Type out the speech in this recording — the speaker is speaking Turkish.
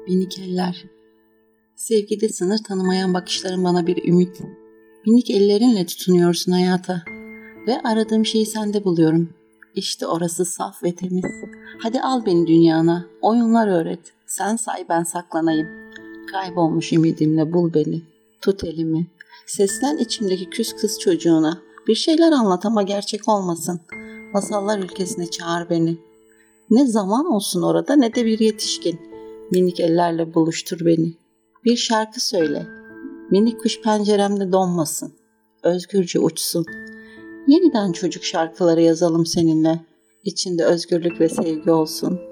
Minik eller. Sevgide sınır tanımayan bakışların bana bir ümit. Minik ellerinle tutunuyorsun hayata. Ve aradığım şeyi sende buluyorum. İşte orası saf ve temiz. Hadi al beni dünyana, oyunlar öğret. Sen say ben saklanayım. Kaybolmuş ümidimle bul beni. Tut elimi. Seslen içimdeki küs kız çocuğuna. Bir şeyler anlat ama gerçek olmasın. Masallar ülkesine çağır beni. Ne zaman olsun orada ne de bir yetişkin. Minik ellerle buluştur beni. Bir şarkı söyle. Minik kuş penceremde donmasın. Özgürce uçsun. Yeniden çocuk şarkıları yazalım seninle. İçinde özgürlük ve sevgi olsun.